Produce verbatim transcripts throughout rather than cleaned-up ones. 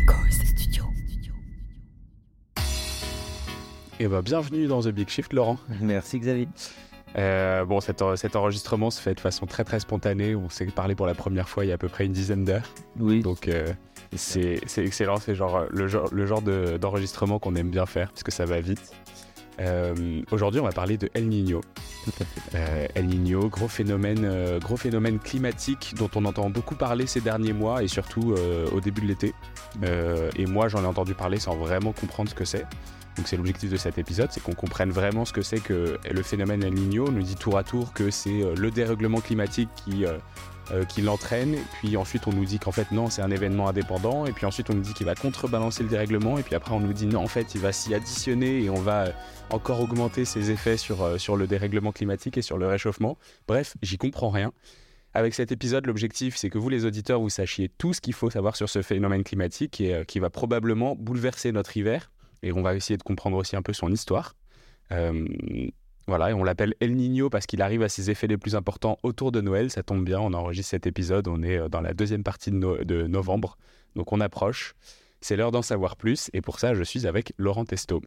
Et ben, bienvenue dans The Big Shift, Laurent. Merci Xavier. Euh, bon, cet, cet enregistrement se fait de façon très très spontanée. On s'est parlé pour la première fois il y a à peu près une dizaine d'heures. Oui. Donc euh, c'est, c'est excellent. C'est genre, le genre, le genre de, d'enregistrement qu'on aime bien faire parce que ça va vite. Euh, aujourd'hui, on va parler de El Niño. Tout à fait. Euh, El Niño, gros phénomène, euh, gros phénomène climatique dont on entend beaucoup parler ces derniers mois et surtout euh, au début de l'été. Euh, et moi, j'en ai entendu parler sans vraiment comprendre ce que c'est. Donc c'est l'objectif de cet épisode, c'est qu'on comprenne vraiment ce que c'est que le phénomène El Niño. On nous dit tour à tour que c'est le dérèglement climatique qui, euh, euh, qui l'entraîne. Puis ensuite on nous dit qu'en fait non, c'est un événement indépendant. Et puis ensuite on nous dit qu'il va contrebalancer le dérèglement. Et puis après on nous dit non, en fait il va s'y additionner et on va encore augmenter ses effets sur, euh, sur le dérèglement climatique et sur le réchauffement. Bref, j'y comprends rien. Avec cet épisode, l'objectif, c'est que vous, les auditeurs, vous sachiez tout ce qu'il faut savoir sur ce phénomène climatique et euh, qui va probablement bouleverser notre hiver. Et on va essayer de comprendre aussi un peu son histoire. Euh, voilà, et on l'appelle El Niño parce qu'il arrive à ses effets les plus importants autour de Noël. Ça tombe bien, on enregistre cet épisode, on est dans la deuxième partie de, no- de novembre. Donc on approche. C'est l'heure d'en savoir plus. Et pour ça, je suis avec Laurent Testo.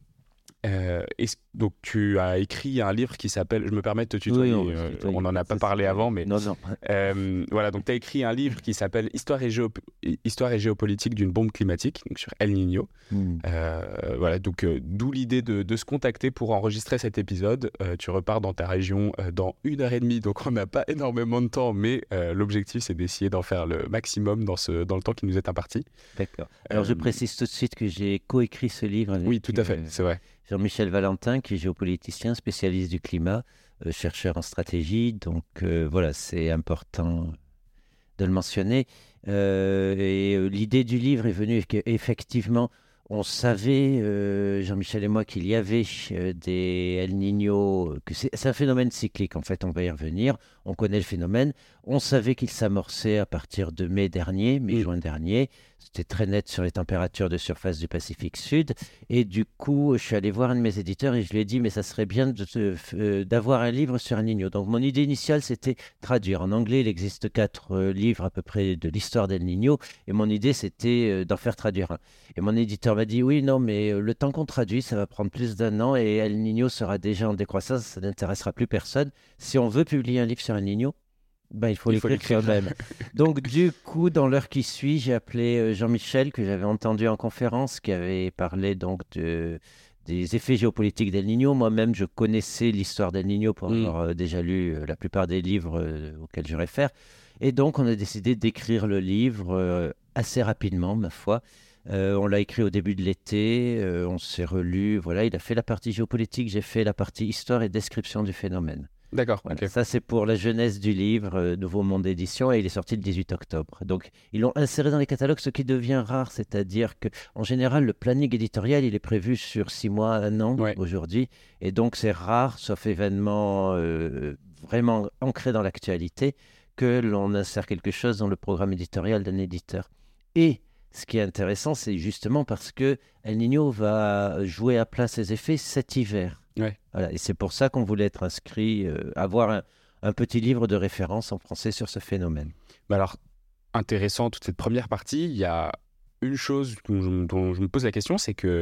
Euh, est-ce- donc tu as écrit un livre qui s'appelle, je me permets de te tutoyer, Oui, on, euh, tutoyer. on n'en a pas Ça, parlé c'est... avant, mais Non, non. euh, voilà, donc tu as écrit un livre qui s'appelle Histoire et, géop- Histoire et géopolitique d'une bombe climatique, donc sur El Niño. Mm. Euh, voilà, donc euh, d'où l'idée de, de se contacter pour enregistrer cet épisode. Euh, tu repars dans ta région euh, dans une heure et demie, donc on n'a pas énormément de temps, mais euh, l'objectif c'est d'essayer d'en faire le maximum dans, ce, dans le temps qui nous est imparti. D'accord. Alors je Euh, précise tout de suite que j'ai coécrit ce livre avec Oui, tout à fait, euh, c'est vrai. Jean-Michel Valentin, qui est géopoliticien, spécialiste du climat, euh, chercheur en stratégie. Donc euh, voilà, c'est important de le mentionner. Euh, et euh, l'idée du livre est venue qu'effectivement, on savait, euh, Jean-Michel et moi, qu'il y avait euh, des El Niño, que c'est, c'est un phénomène cyclique, en fait, on va y revenir. On connaît le phénomène. On savait qu'il s'amorçait à partir de mai dernier, mai-juin Mm. dernier. C'était très net sur les températures de surface du Pacifique Sud. Et du coup, je suis allé voir un de mes éditeurs et je lui ai dit, mais ça serait bien de te- euh, d'avoir un livre sur El Niño. Donc, mon idée initiale, c'était traduire. En anglais, il existe quatre euh, livres à peu près de l'histoire d'El Niño. Et mon idée, c'était euh, d'en faire traduire un. Et mon éditeur m'a dit, oui, non, mais euh, le temps qu'on traduit, ça va prendre plus d'un an et El Niño sera déjà en décroissance, ça n'intéressera plus personne. Si on veut publier un livre sur El Niño, ben, il faut Il faut l'écrire l'écrire. quand même. Donc, du coup, dans l'heure qui suit, j'ai appelé euh, Jean-Michel, que j'avais entendu en conférence, qui avait parlé donc de, des effets géopolitiques d'El Niño. Moi-même, je connaissais l'histoire d'El Niño pour Mm. avoir euh, déjà lu euh, la plupart des livres euh, auxquels je réfère. Et donc, on a décidé d'écrire le livre euh, assez rapidement, ma foi. Euh, on l'a écrit au début de l'été, euh, on s'est relu. Voilà, il a fait la partie géopolitique, j'ai fait la partie histoire et description du phénomène. D'accord, Voilà, ok. ça c'est pour la jeunesse du livre, euh, Nouveau Monde d'édition, et il est sorti le dix-huit octobre. Donc ils l'ont inséré dans les catalogues, ce qui devient rare, c'est-à-dire que en général le planning éditorial il est prévu sur six mois, un an Ouais. aujourd'hui, et donc c'est rare, sauf événement euh, vraiment ancré dans l'actualité, que l'on insère quelque chose dans le programme éditorial d'un éditeur. Et ce qui est intéressant, c'est justement parce que El Niño va jouer à plein ses effets cet hiver. Ouais. Voilà, et c'est pour ça qu'on voulait être inscrit, euh, avoir un, un petit livre de référence en français sur ce phénomène. Bah alors, intéressant toute cette première partie, il y a une chose dont je, dont je me pose la question, c'est que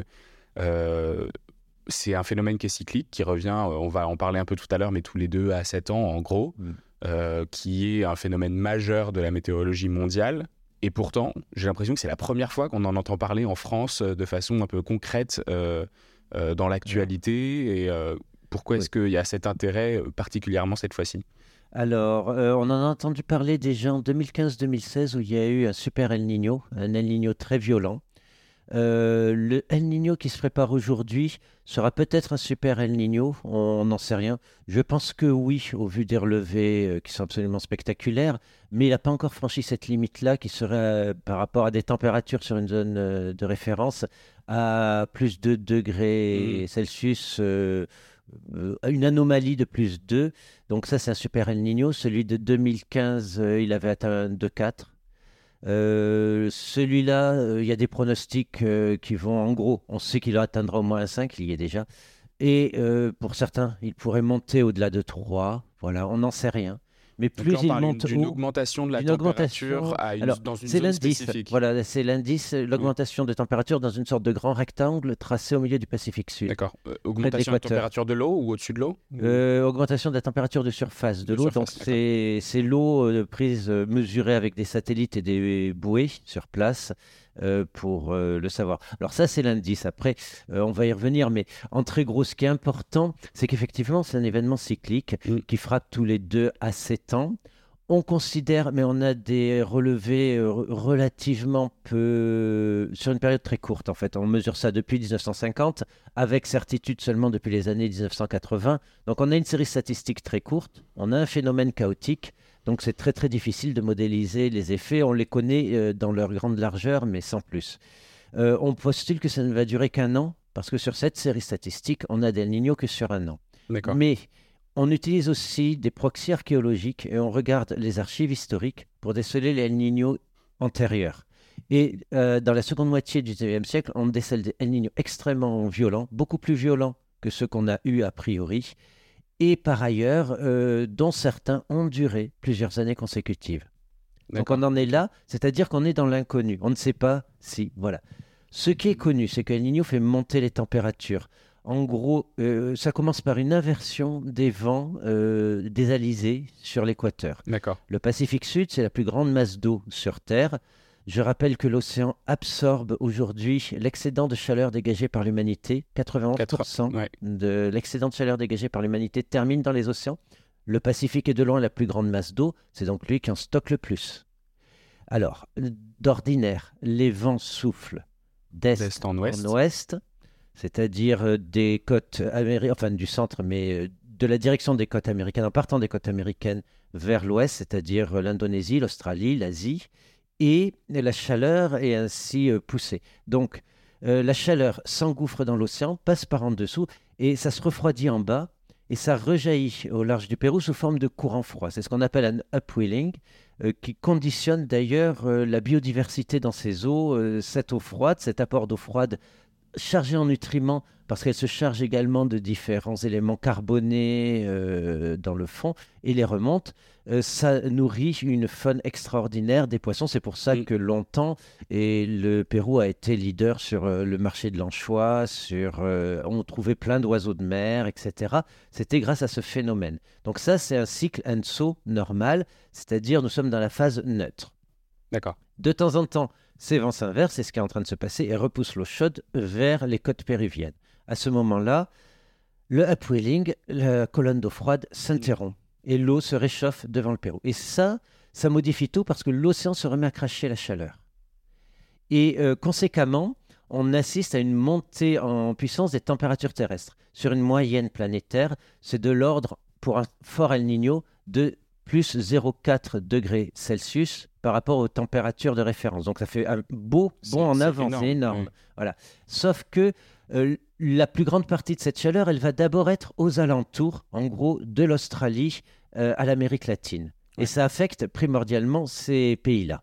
euh, c'est un phénomène qui est cyclique, qui revient, euh, on va en parler un peu tout à l'heure, mais tous les deux à sept ans en gros, Mm. euh, qui est un phénomène majeur de la météorologie mondiale. Et pourtant, j'ai l'impression que c'est la première fois qu'on en entend parler en France euh, de façon un peu concrète euh, euh, dans l'actualité. Et euh, pourquoi est-ce Oui. qu'il y a cet intérêt euh, particulièrement cette fois-ci ? Alors, euh, on en a entendu parler déjà en deux mille quinze deux mille seize où il y a eu un super El Niño, un El Niño très violent. Euh, le El Niño qui se prépare aujourd'hui sera peut-être un super El Niño, on n'en sait rien. Je pense que oui, au vu des relevés euh, qui sont absolument spectaculaires, mais il n'a pas encore franchi cette limite-là qui serait euh, par rapport à des températures sur une zone euh, de référence à plus de degrés Mhm. Celsius, euh, euh, une anomalie de plus deux. Donc ça, c'est un super El Niño. Celui de deux mille quinze, euh, il avait atteint deux virgule quatre. Euh, celui-là, euh, il y a des pronostics euh, qui vont en gros. On sait qu'il atteindra au moins un cinq, il y est déjà. Et euh, pour certains, il pourrait monter au-delà de trois. Voilà, on n'en sait rien. Mais Donc plus là, on il parle monte d'une haut, augmentation de la une température augmentation. à une, Alors, dans une c'est zone l'indice. spécifique. Voilà, c'est l'indice, l'augmentation de température dans une sorte de grand rectangle tracé au milieu du Pacifique Sud. D'accord. Euh, Près de augmentation de l'équateur. température de l'eau ou au-dessus de l'eau ou- Euh, augmentation de la température de surface de, De l'eau. surface, Donc, d'accord. c'est, c'est l'eau euh, prise, euh, mesurée avec des satellites et des bouées sur place euh, pour euh, le savoir. Alors, ça, c'est l'indice. Après, euh, on va y revenir. Mais en très gros, ce qui est important, c'est qu'effectivement, c'est un événement cyclique Mm. qui frappe tous les deux à sept ans. On considère, mais on a des relevés euh, relativement peu, sur une période très courte en fait. On mesure ça depuis mille neuf cent cinquante, avec certitude seulement depuis les années mille neuf cent quatre-vingts. Donc on a une série statistique très courte, on a un phénomène chaotique, donc c'est très très difficile de modéliser les effets. On les connaît euh, dans leur grande largeur, mais sans plus. Euh, on postule que ça ne va durer qu'un an, parce que sur cette série statistique, on a des El Niño que sur un an. D'accord. Mais on utilise aussi des proxys archéologiques et on regarde les archives historiques pour déceler les El Niño antérieurs. Et euh, dans la seconde moitié du dix-neuvième siècle, on décèle des El Niño extrêmement violents, beaucoup plus violents que ceux qu'on a eus a priori, et par ailleurs, euh, dont certains ont duré plusieurs années consécutives. Donc D'accord. on en est là, c'est-à-dire qu'on est dans l'inconnu. On ne sait pas si, voilà. Ce qui est connu, c'est que El Niño fait monter les températures. En gros, euh, ça commence par une inversion des vents euh, des alizés sur l'équateur. D'accord. Le Pacifique Sud, c'est la plus grande masse d'eau sur Terre. Je rappelle que l'océan absorbe aujourd'hui l'excédent de chaleur dégagé par l'humanité. quatre-vingt-onze pour cent Ouais. de l'excédent de chaleur dégagé par l'humanité termine dans les océans. Le Pacifique est de loin la plus grande masse d'eau. C'est donc lui qui en stocke le plus. Alors, d'ordinaire, les vents soufflent d'est, D'est en ouest. en ouest, c'est-à-dire euh, des côtes américaines, enfin du centre, mais euh, de la direction des côtes américaines, en partant des côtes américaines vers l'ouest, c'est-à-dire euh, l'Indonésie, l'Australie, l'Asie, et la chaleur est ainsi euh, poussée. Donc, euh, la chaleur s'engouffre dans l'océan, passe par en dessous, et ça se refroidit en bas, et ça rejaillit au large du Pérou sous forme de courant froid. C'est ce qu'on appelle un upwelling, euh, qui conditionne d'ailleurs euh, la biodiversité dans ces eaux. Euh, cette eau froide, cet apport d'eau froide chargée en nutriments, parce qu'elle se charge également de différents éléments carbonés euh, dans le fond, et les remonte. Euh, ça nourrit une faune extraordinaire des poissons. C'est pour ça Mm. que longtemps, et le Pérou a été leader sur euh, le marché de l'anchois, sur, euh, on trouvait plein d'oiseaux de mer, et cetera. C'était grâce à ce phénomène. Donc ça, c'est un cycle E N S O normal, c'est-à-dire nous sommes dans la phase neutre. D'accord. De temps en temps, ces vents s'inversent, c'est ce qui est en train de se passer, et repoussent l'eau chaude vers les côtes péruviennes. À ce moment-là, le upwelling, la colonne d'eau froide, s'interrompt et l'eau se réchauffe devant le Pérou. Et ça, ça modifie tout parce que l'océan se remet à cracher la chaleur. Et euh, conséquemment, on assiste à une montée en puissance des températures terrestres. Sur une moyenne planétaire, c'est de l'ordre, pour un fort El Niño, de plus zéro virgule quatre degrés Celsius par rapport aux températures de référence. Donc ça fait un beau C'est- bond en c'est avant, énorme, c'est énorme. oui. Voilà. Sauf que euh, la plus grande partie de cette chaleur, elle va d'abord être aux alentours, en gros, de l'Australie euh, à l'Amérique latine. Ouais. Et ça affecte primordialement ces pays-là.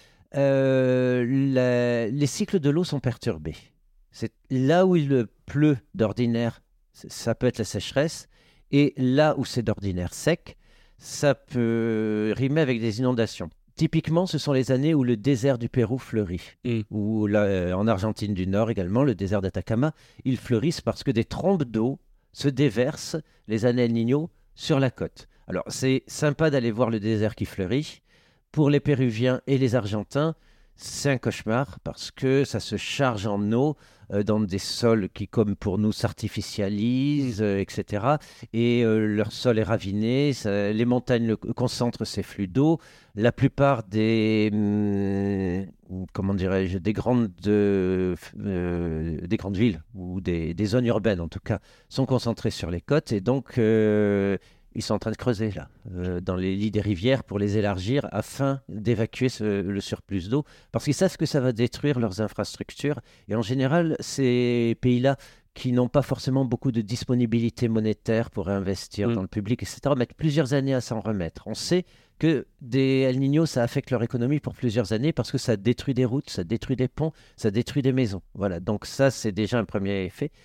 Euh, la- les cycles de l'eau sont perturbés. C'est là où il pleut d'ordinaire, c- ça peut être la sécheresse, et là où c'est d'ordinaire sec, ça peut rimer avec des inondations. Typiquement, ce sont les années où le désert du Pérou fleurit, Mm. ou là, euh, en Argentine du Nord également, le désert d'Atacama, ils fleurissent parce que des trombes d'eau se déversent, les années El Niño, sur la côte. Alors, c'est sympa d'aller voir le désert qui fleurit. Pour les Péruviens et les Argentins, c'est un cauchemar parce que ça se charge en eau euh, dans des sols qui, comme pour nous, s'artificialisent, euh, et cetera. Et euh, leur sol est raviné, ça- les montagnes le- concentrent ces flux d'eau. La plupart des, hum, comment dirais-je, des grandes, euh, f- euh, des grandes villes ou des, des zones urbaines, en tout cas, sont concentrées sur les côtes. Et donc, euh, ils sont en train de creuser là, euh, dans les lits des rivières pour les élargir afin d'évacuer ce- le surplus d'eau, parce qu'ils savent que ça va détruire leurs infrastructures. Et en général, ces pays-là qui n'ont pas forcément beaucoup de disponibilité monétaire pour investir Mm. dans le public, et cetera, mettent plusieurs années à s'en remettre. On sait que des El Niño, ça affecte leur économie pour plusieurs années parce que ça détruit des routes, ça détruit des ponts, ça détruit des maisons. Voilà, donc ça, c'est déjà un premier effet.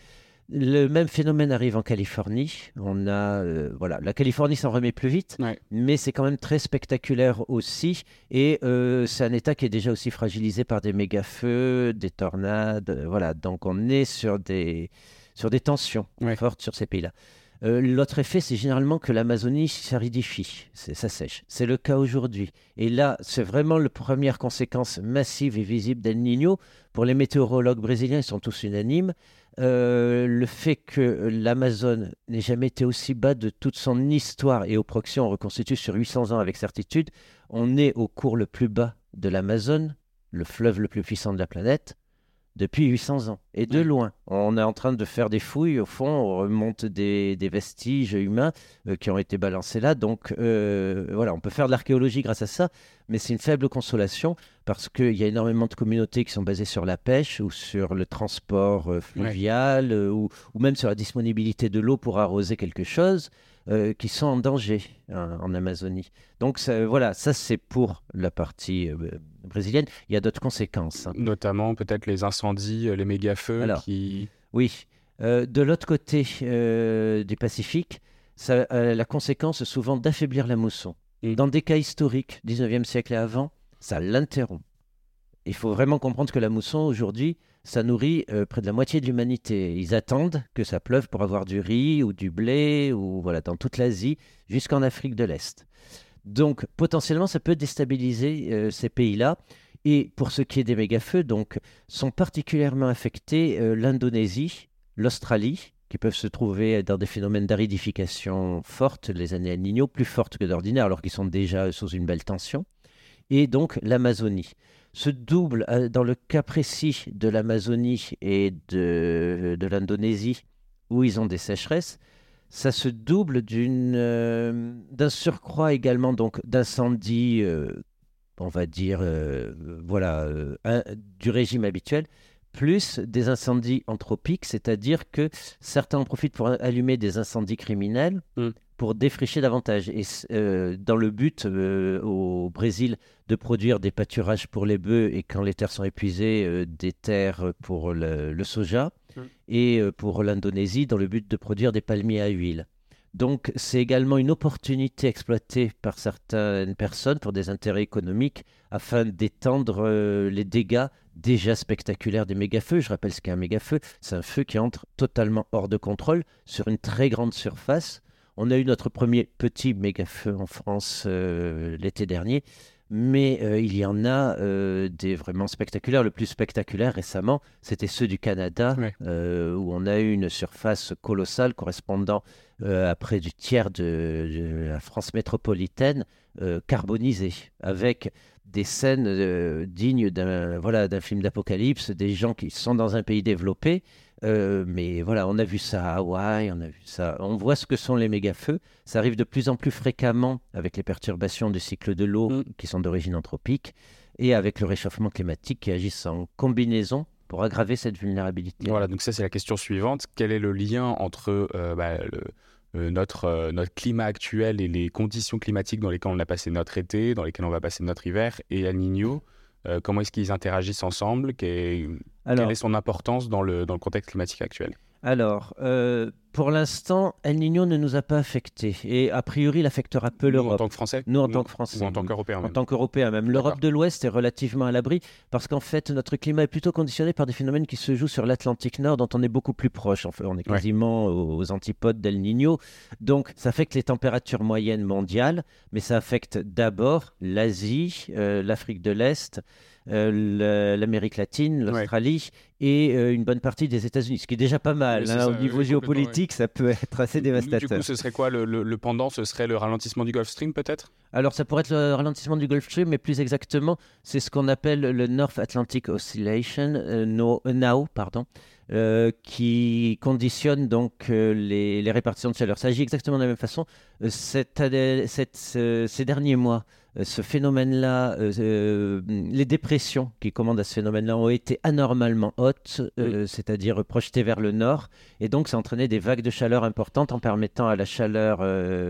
Le même phénomène arrive en Californie. On a, euh, voilà, la Californie s'en remet plus vite, Ouais. mais c'est quand même très spectaculaire aussi. Et euh, c'est un État qui est déjà aussi fragilisé par des méga-feux, des tornades. euh, Voilà, donc on est sur des, sur des tensions Ouais. fortes sur ces pays-là. Euh, l'autre effet, c'est généralement que l'Amazonie s'aridifie, c'est, ça sèche. C'est le cas aujourd'hui. Et là, c'est vraiment la première conséquence massive et visible d'El Niño. Pour les météorologues brésiliens, ils sont tous unanimes. Euh, le fait que l'Amazone n'ait jamais été aussi bas de toute son histoire, et au proxy, on reconstitue sur huit cents ans avec certitude, on est au cours le plus bas de l'Amazone, le fleuve le plus puissant de la planète, depuis huit cents ans. Et de Ouais. loin, on est en train de faire des fouilles, au fond, on remonte des, des vestiges humains euh, qui ont été balancés là. Donc euh, voilà, on peut faire de l'archéologie grâce à ça, mais c'est une faible consolation parce qu'il y a énormément de communautés qui sont basées sur la pêche ou sur le transport euh, fluvial euh, ou, ou même sur la disponibilité de l'eau pour arroser quelque chose. euh, qui sont en danger hein, en Amazonie. Donc ça, voilà, ça c'est pour la partie euh, brésilienne. Il y a d'autres conséquences. hein. Notamment peut-être les incendies, euh, les méga-feux Alors, qui... Oui. Euh, de l'autre côté euh, du Pacifique, ça a la conséquence souvent d'affaiblir la mousson. Mm. Dans des cas historiques, dix-neuvième siècle et avant, ça l'interrompt. Il faut vraiment comprendre que la mousson, aujourd'hui, ça nourrit euh, près de la moitié de l'humanité. Ils attendent que ça pleuve pour avoir du riz ou du blé, ou voilà, dans toute l'Asie, jusqu'en Afrique de l'Est. Donc, potentiellement, ça peut déstabiliser euh, ces pays-là. Et pour ce qui est des méga-feux, donc, sont particulièrement affectés euh, l'Indonésie, l'Australie, qui peuvent se trouver dans des phénomènes d'aridification fortes, les années El Niño, plus fortes que d'ordinaire, alors qu'ils sont déjà sous une belle tension, et donc l'Amazonie. Ce double, euh, dans le cas précis de l'Amazonie et de, de l'Indonésie, où ils ont des sécheresses, ça se double d'une, euh, d'un surcroît également donc d'incendies, euh, on va dire, euh, voilà, euh, un- du régime habituel, plus des incendies anthropiques, c'est-à-dire que certains en profitent pour allumer des incendies criminels Mm. pour défricher davantage. Et euh, dans le but euh, au Brésil de produire des pâturages pour les bœufs et quand les terres sont épuisées, euh, des terres pour le, le soja Mm. et euh, pour l'Indonésie dans le but de produire des palmiers à huile. Donc c'est également une opportunité exploitée par certaines personnes pour des intérêts économiques afin d'étendre euh, les dégâts déjà spectaculaires des méga-feux. Je rappelle ce qu'est un méga-feu, c'est un feu qui entre totalement hors de contrôle sur une très grande surface. On a eu notre premier petit méga-feu en France euh, l'été dernier, mais euh, il y en a euh, des vraiment spectaculaires. Le plus spectaculaire récemment, c'était ceux du Canada, Ouais. euh, où on a eu une surface colossale correspondant euh, à près du tiers de, de la France métropolitaine euh, carbonisée, avec des scènes euh, dignes d'un voilà, d'un film d'apocalypse, des gens qui sont dans un pays développé. Euh, mais voilà, on a vu ça à Hawaï, on a vu ça. On voit ce que sont les méga-feux. Ça arrive de plus en plus fréquemment avec les perturbations du cycle de l'eau Mm. qui sont d'origine anthropique et avec le réchauffement climatique qui agissent en combinaison pour aggraver cette vulnérabilité. Voilà, donc ça c'est la question suivante. Quel est le lien entre euh, bah, le, euh, notre, euh, notre climat actuel et les conditions climatiques dans lesquelles on a passé notre été, dans lesquelles on va passer notre hiver, et El Niño? Euh, comment est-ce qu'ils interagissent ensemble? Quelle, Alors, quelle est son importance dans le, dans le contexte climatique actuel? alors euh, pour l'instant, El Niño ne nous a pas affectés et a priori, il affectera peu Nous, en l'Europe. tant que Français? Nous, en Ou- tant que Français. Ou en tant qu'Européens En même? tant qu'Européens même. L'Europe D'accord. de l'Ouest est relativement à l'abri parce qu'en fait, notre climat est plutôt conditionné par des phénomènes qui se jouent sur l'Atlantique Nord dont on est beaucoup plus proche. En fait, on est Ouais. quasiment aux, aux antipodes d'El Niño. Donc, ça affecte les températures moyennes mondiales, mais ça affecte d'abord l'Asie, euh, l'Afrique de l'Est, euh, le- l'Amérique latine, l'Australie et euh, une bonne partie des États-Unis, ce qui est déjà pas mal. Oui, c'est hein. ça, Au oui, niveau oui, géopolitique, ça peut être assez Du dévastateur. coup, ce serait quoi le, le- le pendant? Ce serait le ralentissement du Gulf Stream peut-être? Alors, ça pourrait être le ralentissement du Gulf Stream, mais plus exactement, c'est ce qu'on appelle le North Atlantic Oscillation, euh, no- euh, N A O, pardon, euh, qui conditionne donc euh, les, les répartitions de chaleur. Ça agit exactement de la même façon. Euh, cette année- cette- ce- ces derniers mois, euh, ce phénomène-là, euh, euh, les dépressions qui commandent à ce phénomène-là ont été anormalement hautes, euh, c'est-à-dire projetées vers le nord, et donc ça a entraîné des vagues de chaleur importantes en permettant à la chaleur euh,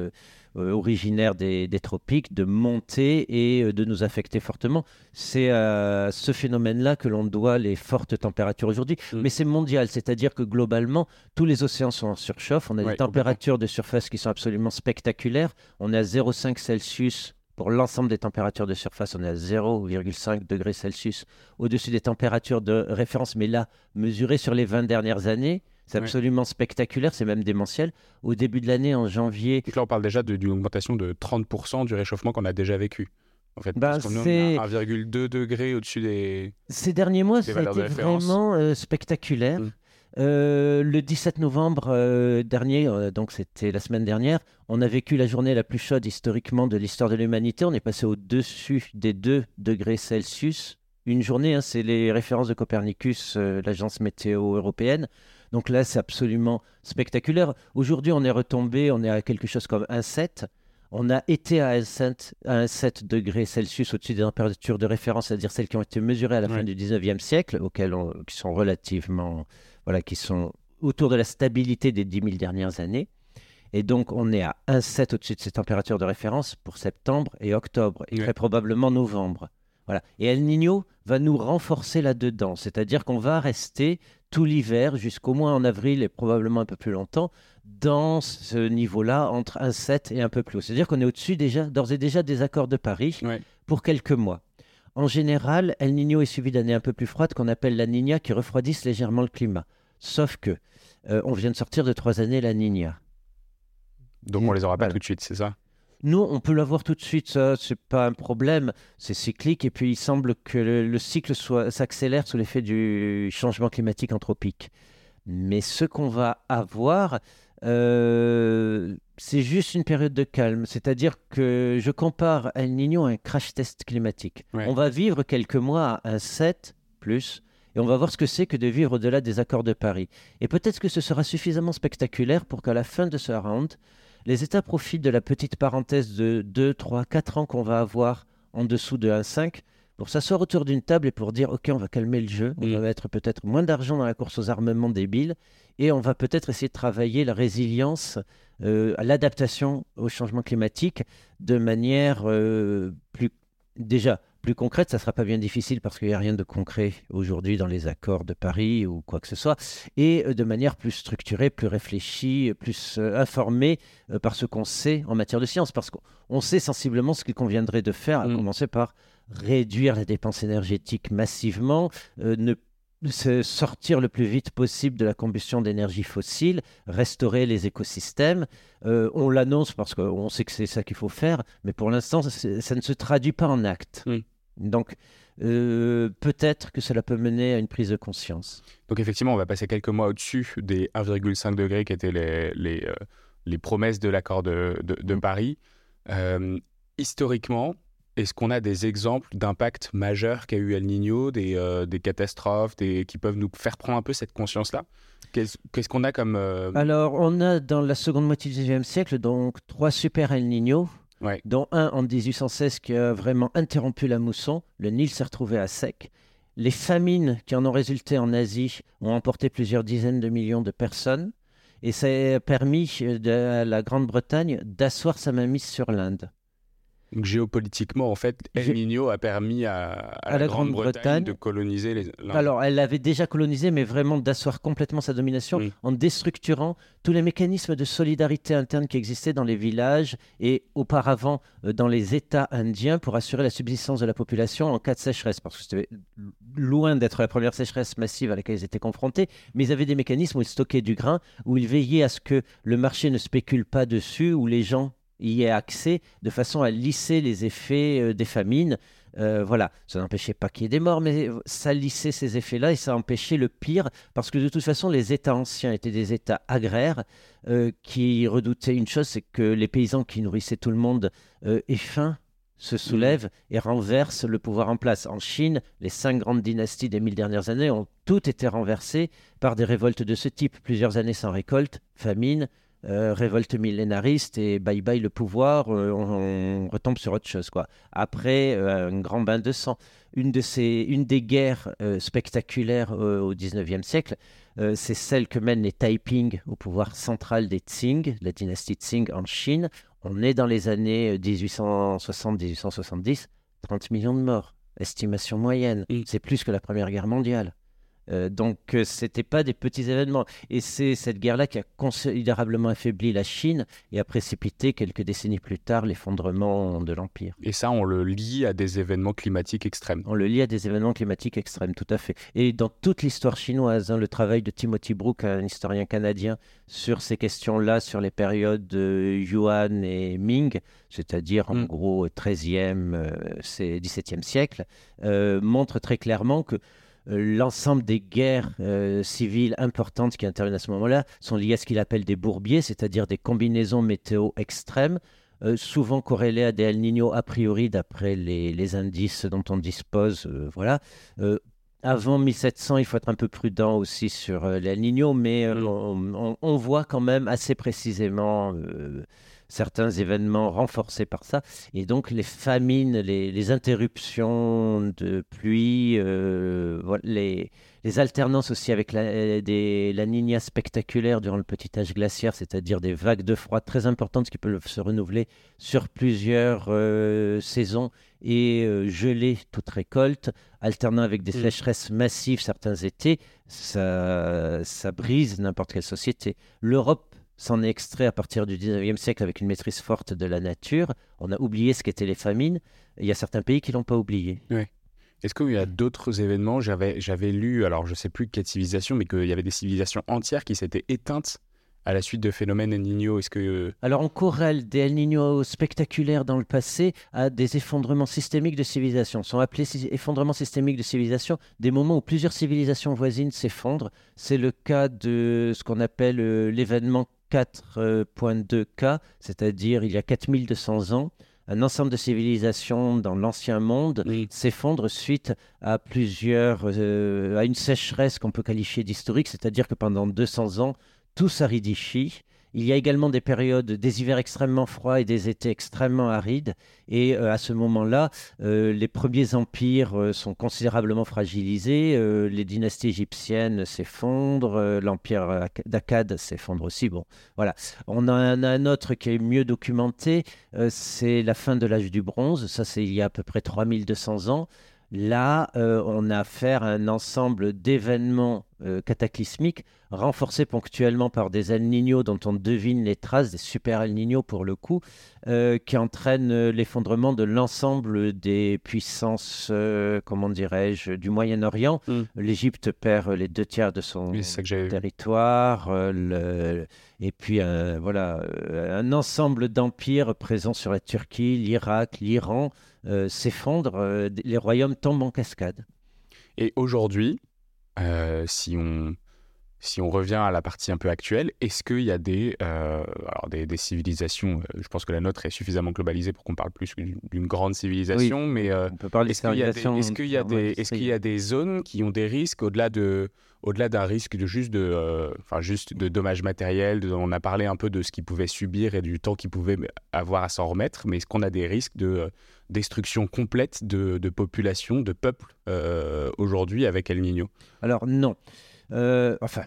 euh, originaires des, des tropiques de monter et euh, de nous affecter fortement. C'est à ce phénomène-là que l'on doit les fortes températures aujourd'hui. Mm. Mais c'est mondial, c'est-à-dire que globalement, tous les océans sont en surchauffe. On a ouais, des températures de surface qui sont absolument spectaculaires. On est à zéro virgule cinq Celsius. Pour l'ensemble des températures de surface, on est à zéro virgule cinq degrés Celsius au-dessus des températures de référence. Mais là, mesurées sur les vingt dernières années, c'est absolument ouais. spectaculaire, c'est même démentiel. Au début de l'année, en janvier... Donc là, on parle déjà de, d'une augmentation de trente pour cent du réchauffement qu'on a déjà vécu. En fait, bah, parce qu'on est à un virgule deux degrés au-dessus des Ces derniers mois, des ça a été vraiment euh, spectaculaire. Mmh. Euh, le dix-sept novembre euh, dernier, euh, donc c'était la semaine dernière, on a vécu la journée la plus chaude historiquement de l'histoire de l'humanité. On est passé au-dessus des deux degrés Celsius. Une journée, hein, c'est les références de Copernicus, euh, l'agence météo européenne. Donc là, c'est absolument spectaculaire. Aujourd'hui, on est retombé, on est à quelque chose comme un virgule sept. On a été à un virgule sept degrés Celsius au-dessus des températures de référence, c'est-à-dire celles qui ont été mesurées à la ouais. fin du dix-neuvième siècle, auxquelles on, qui sont relativement, voilà, qui sont autour de la stabilité des dix mille dernières années. Et donc, on est à un virgule sept au-dessus de ces températures de référence pour septembre et octobre, et ouais. très probablement novembre. Voilà. Et El Niño va nous renforcer là-dedans, c'est-à-dire qu'on va rester tout l'hiver, jusqu'au moins en avril et probablement un peu plus longtemps, dans ce niveau-là, entre un virgule sept et un peu plus haut. C'est-à-dire qu'on est au-dessus déjà, d'ores et déjà des accords de Paris ouais. pour quelques mois. En général, El Niño est suivi d'années un peu plus froides qu'on appelle la Niña, qui refroidissent légèrement le climat. Sauf que euh, on vient de sortir de trois années la Niña. Donc on les aura pas voilà. tout de suite, c'est ça ? Nous, on peut l'avoir tout de suite, ça, c'est pas un problème, c'est cyclique, et puis il semble que le, le cycle soit, s'accélère sous l'effet du changement climatique anthropique. Mais ce qu'on va avoir, euh, c'est juste une période de calme, c'est-à-dire que je compare El Niño à un crash test climatique. Ouais. On va vivre quelques mois à un virgule sept plus, et on va voir ce que c'est que de vivre au-delà des accords de Paris. Et peut-être que ce sera suffisamment spectaculaire pour qu'à la fin de ce round, les États profitent de la petite parenthèse de deux, trois, quatre ans qu'on va avoir en dessous de un virgule cinq pour s'asseoir autour d'une table et pour dire « Ok, on va calmer le jeu, mmh. on va mettre peut-être moins d'argent dans la course aux armements débiles et on va peut-être essayer de travailler la résilience, euh, l'adaptation au changement climatique de manière euh, plus... déjà plus concrète. Ça ne sera pas bien difficile parce qu'il n'y a rien de concret aujourd'hui dans les accords de Paris ou quoi que ce soit, et de manière plus structurée, plus réfléchie, plus euh, informée euh, par ce qu'on sait en matière de science, parce qu'on sait sensiblement ce qu'il conviendrait de faire, à mmh. commencer par réduire les dépenses énergétiques massivement, euh, ne se sortir le plus vite possible de la combustion d'énergie fossile, restaurer les écosystèmes. Euh, on l'annonce parce qu'on sait que c'est ça qu'il faut faire, mais pour l'instant, ça ne se traduit pas en actes. Oui. Donc, euh, peut-être que cela peut mener à une prise de conscience. Donc, effectivement, on va passer quelques mois au-dessus des un virgule cinq degrés qui étaient les, les, euh, les promesses de l'accord de, de, de mmh. Paris. Euh, historiquement, est-ce qu'on a des exemples d'impact majeur qu'a eu El Niño, des, euh, des catastrophes des, qui peuvent nous faire prendre un peu cette conscience-là ? Qu'est-ce, qu'est-ce qu'on a comme... Euh... Alors, on a dans la seconde moitié du dix-neuvième siècle donc trois super El Niño, ouais. dont un en dix-huit cent seize qui a vraiment interrompu la mousson. Le Nil s'est retrouvé à sec. Les famines qui en ont résulté en Asie ont emporté plusieurs dizaines de millions de personnes. Et ça a permis à la Grande-Bretagne d'asseoir sa mainmise sur l'Inde. Donc géopolitiquement, en fait, El Niño a permis à, à, à la, la Grande-Bretagne de coloniser les... l'Inde. Alors, elle avait déjà colonisé, mais vraiment d'asseoir complètement sa domination oui. en déstructurant tous les mécanismes de solidarité interne qui existaient dans les villages et auparavant euh, dans les États indiens pour assurer la subsistance de la population en cas de sécheresse. Parce que c'était loin d'être la première sécheresse massive à laquelle ils étaient confrontés, mais ils avaient des mécanismes où ils stockaient du grain, où ils veillaient à ce que le marché ne spécule pas dessus, où les gens y ait accès de façon à lisser les effets euh, des famines. Euh, voilà, ça n'empêchait pas qu'il y ait des morts, mais ça lissait ces effets-là et ça empêchait le pire, parce que de toute façon, les États anciens étaient des États agraires euh, qui redoutaient une chose, c'est que les paysans qui nourrissaient tout le monde euh, aient faim, se soulèvent mmh. et renversent le pouvoir en place. En Chine, les cinq grandes dynasties des mille dernières années ont toutes été renversées par des révoltes de ce type. Plusieurs années sans récolte, famine, Euh, révolte millénariste et bye bye le pouvoir, euh, on, on retombe sur autre chose quoi. Après euh, un grand bain de sang. Une, de ces, une des guerres euh, spectaculaires euh, au dix-neuvième siècle, euh, c'est celle que mènent les Taiping au pouvoir central des Qing, la dynastie Qing en Chine. On est dans les années dix-huit cent soixante à dix-huit cent soixante-dix, trente millions de morts, estimation moyenne. Mm. C'est plus que la Première Guerre mondiale. Euh, donc, euh, ce n'était pas des petits événements. Et c'est cette guerre-là qui a considérablement affaibli la Chine et a précipité, quelques décennies plus tard, l'effondrement de l'Empire. Et ça, on le lie à des événements climatiques extrêmes. On le lie à des événements climatiques extrêmes, tout à fait. Et dans toute l'histoire chinoise, hein, le travail de Timothy Brook, un historien canadien, sur ces questions-là, sur les périodes de Yuan et Ming, c'est-à-dire en mm. gros treizième, euh, dix-septième siècle, euh, montre très clairement que l'ensemble des guerres euh, civiles importantes qui interviennent à ce moment-là sont liées à ce qu'il appelle des bourbiers, c'est-à-dire des combinaisons météo extrêmes, euh, souvent corrélées à des El Niño a priori, d'après les, les indices dont on dispose. Euh, voilà. Euh, avant mille sept cents, il faut être un peu prudent aussi sur euh, les El Niño, mais euh, on, on, on voit quand même assez précisément euh, certains événements renforcés par ça. Et donc, les famines, les, les interruptions de pluie, euh, voilà, les, les alternances aussi avec la, des, la Niña spectaculaire durant le petit âge glaciaire, c'est-à-dire des vagues de froid très importantes qui peuvent se renouveler sur plusieurs euh, saisons et euh, geler toute récolte, alternant avec des sécheresses massives certains étés, ça, ça brise n'importe quelle société. L'Europe s'en est extrait à partir du dix-neuvième siècle avec une maîtrise forte de la nature. On a oublié ce qu'étaient les famines. Il y a certains pays qui ne l'ont pas oublié. Oui. Est-ce qu'il y a d'autres événements ? J'avais, j'avais lu, alors je ne sais plus quelle civilisation, mais qu'il y avait des civilisations entières qui s'étaient éteintes à la suite de phénomènes El Niño. Est-ce que... Alors on corrèle des El Niño spectaculaires dans le passé à des effondrements systémiques de civilisation. Sont appelés effondrements systémiques de civilisation des moments où plusieurs civilisations voisines s'effondrent. C'est le cas de ce qu'on appelle euh, l'événement quatre point deux K, c'est-à-dire il y a quatre mille deux cents ans, un ensemble de civilisations dans l'ancien monde oui. s'effondre suite à plusieurs, euh, à une sécheresse qu'on peut qualifier d'historique, c'est-à-dire que pendant deux cents ans, tout s'aridifie. Il y a également des périodes, des hivers extrêmement froids et des étés extrêmement arides. Et euh, à ce moment-là, euh, les premiers empires euh, sont considérablement fragilisés. Euh, les dynasties égyptiennes s'effondrent. Euh, l'empire d'Akkad s'effondre aussi. Bon, voilà. On a un, un autre qui est mieux documenté. Euh, c'est la fin de l'âge du bronze. Ça, c'est il y a à peu près trois mille deux cents ans. Là, euh, on a affaire à un ensemble d'événements euh, cataclysmiques renforcés ponctuellement par des El Niño dont on devine les traces, des super El Niño pour le coup, euh, qui entraînent euh, l'effondrement de l'ensemble des puissances, euh, comment dirais-je, du Moyen-Orient. Mm. L'Égypte perd les deux tiers de son oui, territoire, euh, le... et puis euh, voilà, euh, un ensemble d'empires présents sur la Turquie, l'Irak, l'Iran, Euh, s'effondrent, euh, les royaumes tombent en cascade. Et aujourd'hui, euh, si, on, si on revient à la partie un peu actuelle, est-ce qu'il y a des, euh, alors des, des civilisations, euh, je pense que la nôtre est suffisamment globalisée pour qu'on parle plus d'une grande civilisation, oui, mais euh, on peut parler est-ce qu'il y a des, est-ce qu'il y a des, est-ce qu'il y a des zones qui ont des risques au-delà de... Au-delà d'un risque de juste de, euh, enfin juste de dommages matériels, de, on a parlé un peu de ce qu'ils pouvaient subir et du temps qu'ils pouvaient avoir à s'en remettre, mais est-ce qu'on a des risques de euh, destruction complète de, de population, de peuples euh, aujourd'hui avec El Niño ? Alors non. Euh, enfin,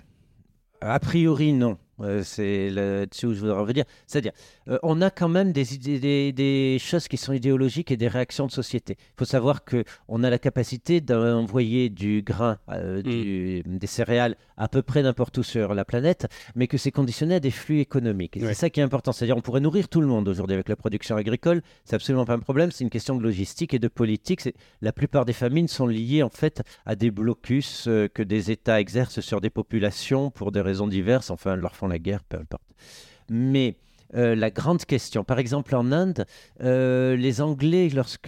a priori non. Euh, c'est là-dessus où je voudrais revenir. C'est-à-dire, euh, on a quand même des, idées, des, des choses qui sont idéologiques et des réactions de société. Il faut savoir qu'on a la capacité d'envoyer du grain, euh, mm. du, des céréales à peu près n'importe où sur la planète, mais que c'est conditionné à des flux économiques. Et ouais. C'est ça qui est important. C'est-à-dire, on pourrait nourrir tout le monde aujourd'hui avec la production agricole. C'est absolument pas un problème. C'est une question de logistique et de politique. C'est, la plupart des famines sont liées en fait à des blocus euh, que des États exercent sur des populations pour des raisons diverses. Enfin, leur font la guerre, peu importe. Mais euh, la grande question, par exemple en Inde, euh, les Anglais, lorsque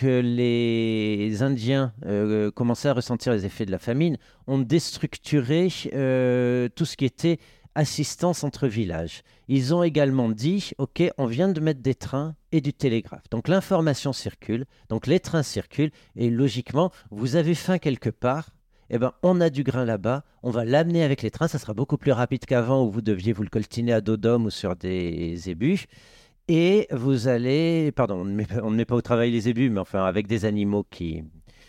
les Indiens euh, commençaient à ressentir les effets de la famine, ont déstructuré euh, tout ce qui était assistance entre villages. Ils ont également dit, OK, on vient de mettre des trains et du télégraphe. Donc l'information circule, donc les trains circulent, et logiquement, vous avez faim quelque part, eh ben, on a du grain là-bas, on va l'amener avec les trains, ça sera beaucoup plus rapide qu'avant où vous deviez vous le coltiner à dos d'homme ou sur des ébus. Et vous allez, pardon, on ne met pas, on ne met pas au travail les ébus, mais enfin avec des animaux qui,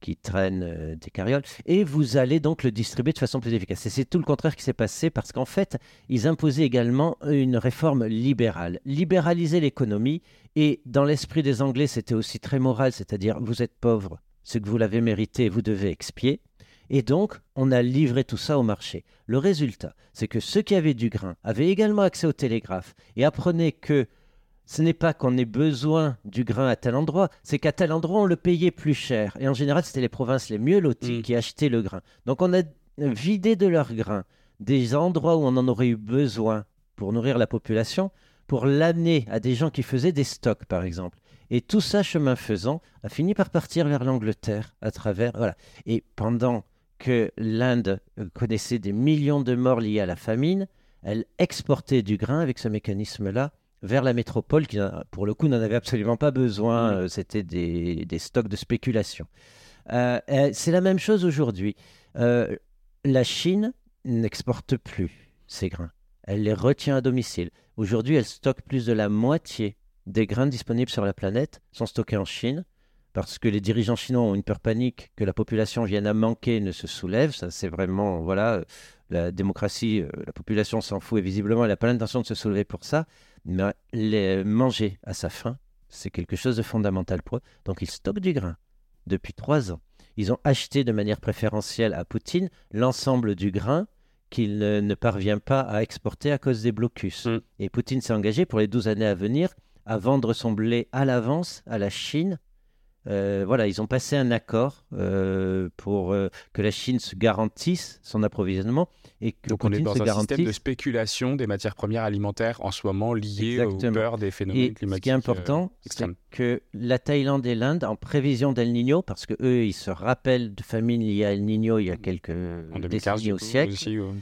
qui traînent euh, des carrioles, et vous allez donc le distribuer de façon plus efficace. Et c'est tout le contraire qui s'est passé parce qu'en fait, ils imposaient également une réforme libérale, libéraliser l'économie, et dans l'esprit des Anglais, c'était aussi très moral, c'est-à-dire vous êtes pauvre, ce que vous l'avez mérité, vous devez expier. Et donc, on a livré tout ça au marché. Le résultat, c'est que ceux qui avaient du grain avaient également accès au télégraphe et apprenaient que ce n'est pas qu'on ait besoin du grain à tel endroit, c'est qu'à tel endroit, on le payait plus cher. Et en général, c'était les provinces les mieux loties mmh. qui achetaient le grain. Donc, on a vidé de leur grain des endroits où on en aurait eu besoin pour nourrir la population, pour l'amener à des gens qui faisaient des stocks, par exemple. Et tout ça, chemin faisant, a fini par partir vers l'Angleterre à travers... Voilà. Et pendant que l'Inde connaissait des millions de morts liés à la famine, elle exportait du grain avec ce mécanisme-là vers la métropole qui, pour le coup, n'en avait absolument pas besoin. Mmh. C'était des, des stocks de spéculation. Euh, c'est la même chose aujourd'hui. Euh, la Chine n'exporte plus ces grains. Elle les retient à domicile. Aujourd'hui, elle stocke plus de la moitié des grains disponibles sur la planète sont stockés en Chine parce que les dirigeants chinois ont une peur panique que la population vienne à manquer et ne se soulève. Ça, c'est vraiment, voilà, la démocratie, la population s'en fout et visiblement, elle n'a pas l'intention de se soulever pour ça. Mais les manger à sa faim, c'est quelque chose de fondamental pour eux. Donc, ils stockent du grain depuis trois ans. Ils ont acheté de manière préférentielle à Poutine l'ensemble du grain qu'il ne, ne parvient pas à exporter à cause des blocus. Mm. Et Poutine s'est engagé pour les douze années à venir à vendre son blé à l'avance à la Chine. Euh, voilà, ils ont passé un accord euh, pour euh, que la Chine se garantisse son approvisionnement et que donc Poutine on est dans se un garantisse... système de spéculation des matières premières alimentaires en ce moment liées Exactement. aux peurs des phénomènes et climatiques. Ce qui est important, euh, c'est que la Thaïlande et l'Inde, en prévision d'El Niño, parce que eux, ils se rappellent de famines liées à El Niño il y a quelques en décennies au siècle, aussi, ouais.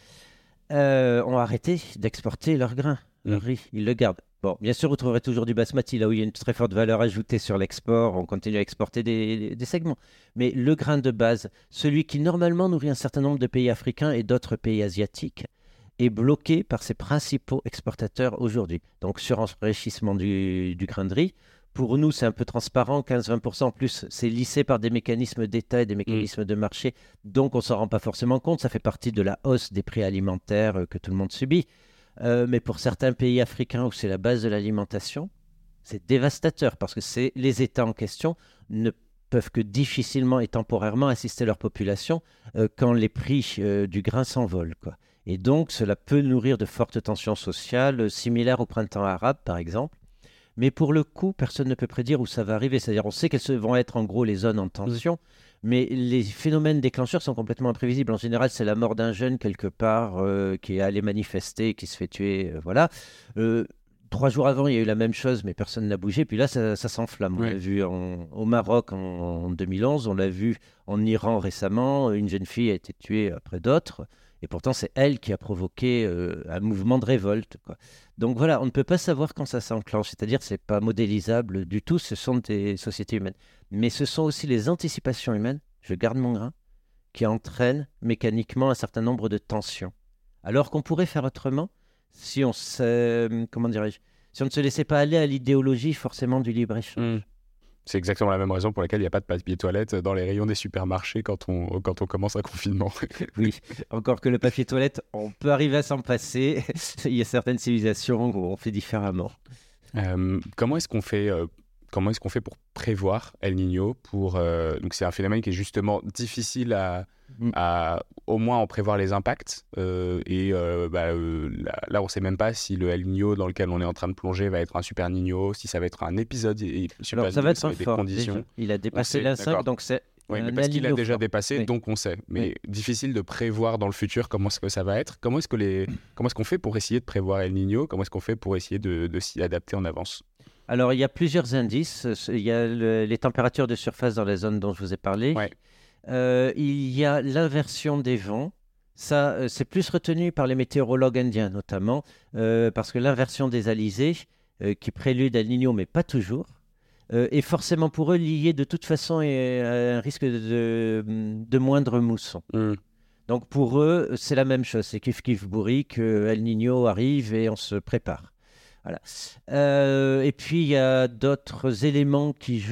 euh, ont arrêté d'exporter leur grain, leur mmh. riz, ils le gardent. Bon, bien sûr, vous trouverez toujours du basmati, là où il y a une très forte valeur ajoutée sur l'export. On continue à exporter des, des, des segments. Mais le grain de base, celui qui normalement nourrit un certain nombre de pays africains et d'autres pays asiatiques, est bloqué par ses principaux exportateurs aujourd'hui. Donc, surenrichissement du, du grain de riz. Pour nous, c'est un peu transparent, quinze à vingt pour cent en plus, c'est lissé par des mécanismes d'État et des mécanismes mmh. de marché. Donc, on ne s'en rend pas forcément compte. Ça fait partie de la hausse des prix alimentaires que tout le monde subit. Euh, mais pour certains pays africains où c'est la base de l'alimentation, c'est dévastateur parce que c'est, les États en question ne peuvent que difficilement et temporairement assister leur population euh, quand les prix euh, du grain s'envolent, quoi. Et donc, cela peut nourrir de fortes tensions sociales, euh, similaires au printemps arabe, par exemple. Mais pour le coup, personne ne peut prédire où ça va arriver. C'est-à-dire, on sait quelles vont être en gros les zones en tension, mmh. mais les phénomènes déclencheurs sont complètement imprévisibles. En général, c'est la mort d'un jeune quelque part euh, qui est allé manifester, qui se fait tuer. Euh, voilà. Euh, trois jours avant, il y a eu la même chose, mais personne n'a bougé. Puis là, ça, ça s'enflamme. Ouais. On l'a vu en, au Maroc en, en deux mille onze, on l'a vu en Iran récemment. Une jeune fille a été tuée après d'autres. Et pourtant, c'est elle qui a provoqué euh, un mouvement de révolte, quoi. Donc voilà, on ne peut pas savoir quand ça s'enclenche. C'est-à-dire que ce n'est pas modélisable du tout. Ce sont des sociétés humaines. Mais ce sont aussi les anticipations humaines, je garde mon grain, qui entraînent mécaniquement un certain nombre de tensions. Alors qu'on pourrait faire autrement si on, se, comment dirais-je, si on ne se laissait pas aller à l'idéologie forcément du libre-échange. Mmh. C'est exactement la même raison pour laquelle il n'y a pas de papier toilette dans les rayons des supermarchés quand on, quand on commence un confinement. Oui, encore que le papier toilette, on peut arriver à s'en passer. Il y a certaines civilisations où on fait différemment. Euh, comment est-ce qu'on fait euh, comment est-ce qu'on fait pour prévoir El Niño pour, euh, donc c'est un phénomène qui est justement difficile à, mmh. à au moins en prévoir les impacts. Euh, et euh, bah, euh, là, là, on ne sait même pas si le El Niño dans lequel on est en train de plonger va être un super Niño, si ça va être un épisode. Et, super Alors, ça Niño, va être un des fort. Conditions. Déjà. Il a dépassé l'un cinq, donc c'est. Oui, mais parce qu'il a déjà fort. dépassé, oui. donc on sait. Mais oui. difficile de prévoir dans le futur comment est-ce que ça va être. Comment est-ce, que les... comment est-ce qu'on fait pour essayer de prévoir El Niño? Comment est-ce qu'on fait pour essayer de, de s'y adapter en avance? Alors, il y a plusieurs indices. Il y a le, les températures de surface dans les zones dont je vous ai parlé. Ouais. Euh, il y a l'inversion des vents. Ça, euh, c'est plus retenu par les météorologues indiens, notamment, euh, parce que l'inversion des alizés, euh, qui prélude à El Niño, mais pas toujours, euh, est forcément pour eux liée de toute façon à un risque de, de, de moindre mousson. Mm. Donc, pour eux, c'est la même chose. C'est kiff kiff bourrique, El Niño arrive et on se prépare. Voilà. Euh, et puis, il y a d'autres éléments qui jouent.